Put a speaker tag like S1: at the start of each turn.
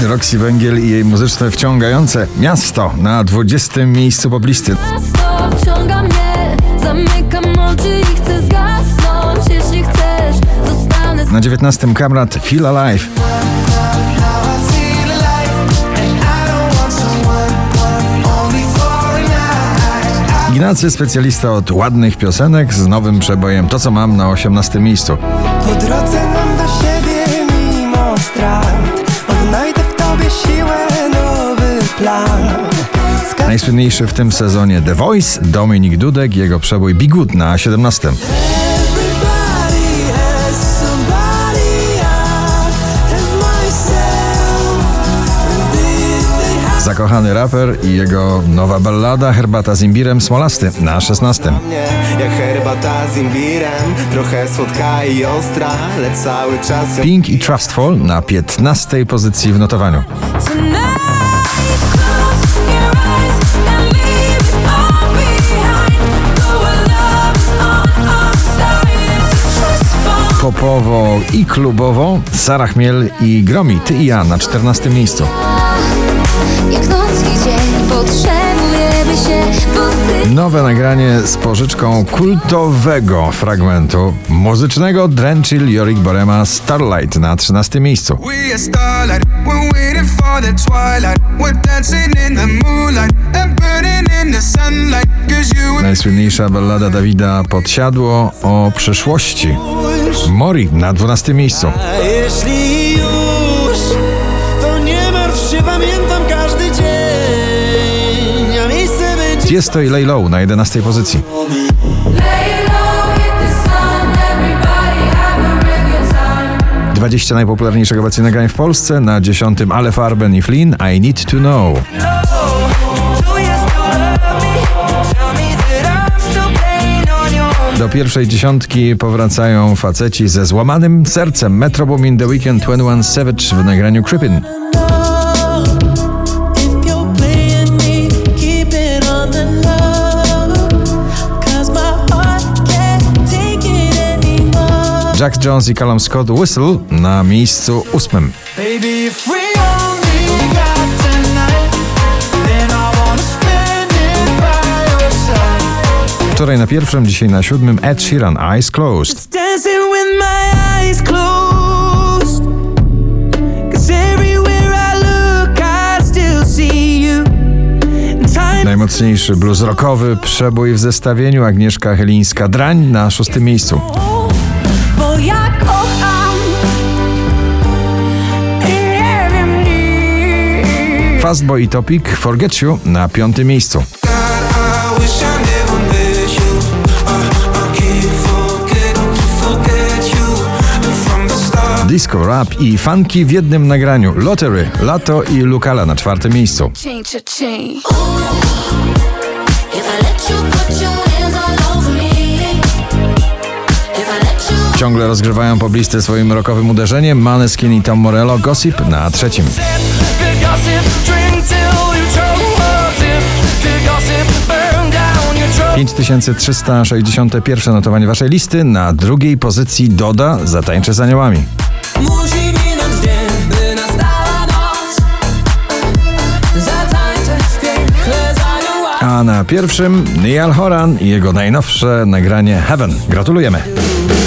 S1: Roxy Węgiel i jej muzyczne wciągające Miasto na 20. miejscu poblisty.
S2: Miasto wciąga mnie, zamykam oczy i chcę zgasnąć. Jeśli chcesz, zostanę.
S1: Na 19. Kamrat Feel Alive. Ignacy, specjalista od ładnych piosenek, z nowym przebojem To co mam na 18. miejscu.
S3: Po drodze mam do siebie mimo strat, odnajdę w tobie siłę, nowy plan.
S1: Najsłynniejszy w tym sezonie The Voice, Dominik Dudek, jego przebój Be Good na 17. Zakochany raper i jego nowa ballada Herbata z imbirem Smolasty na 16.
S3: Jak herbata z imbirem, trochę słodka i ostra, ale cały czas...
S1: Pink i Trustful na 15. pozycji w notowaniu. Popowo i klubowo Sara Chmiel i Gromi, Ty i ja na 14. miejscu.
S2: Jak noc i dzień potrzebujemy się, bo ty...
S1: Nowe nagranie z pożyczką kultowego fragmentu muzycznego Drenchill Jorik Borema Starlight na 13. miejscu. Najsłynniejsza ballada Dawida Podsiadło o przyszłości. Mori na 12. miejscu.
S3: A jeśli już, to nie martw się, pamiętam każdy dzień, a miejsce będzie...
S1: Tiesto i Lay Low na 11. pozycji. 20 najpopularniejszych obecnie nagrań w Polsce. Na 10. Ale Farben i Flynn I Need to Know. Do pierwszej dziesiątki powracają faceci ze złamanym sercem. Metro Boomin, The Weeknd, 21 Savage w nagraniu Creepin'. Jack Jones i Callum Scott Whistle na miejscu 8. Wczoraj na 1, dzisiaj na 7. Ed Sheeran, Eyes Closed. Najmocniejszy blues rockowy przebój w zestawieniu Agnieszka Chylińska, Drań na 6. miejscu.
S2: Bo ja kocham i nie wiem nic.
S1: Fastboy i Topic, Forget You na 5. miejscu. Disco, rap i funky w jednym nagraniu. Lottery, Lato i Lukala na 4. miejscu. Ciągle rozgrywają poblisty swoim rockowym uderzeniem Maneskin i Tom Morello, Gossip na 3. 5361 notowanie waszej listy. Na 2. pozycji Doda, Zatańczę z aniołami.
S3: Musi minąć dzień, by nastała noc. Zatańczę w piekle z aniołami.
S1: A na 1. Niall Horan i jego najnowsze nagranie Heaven. Gratulujemy.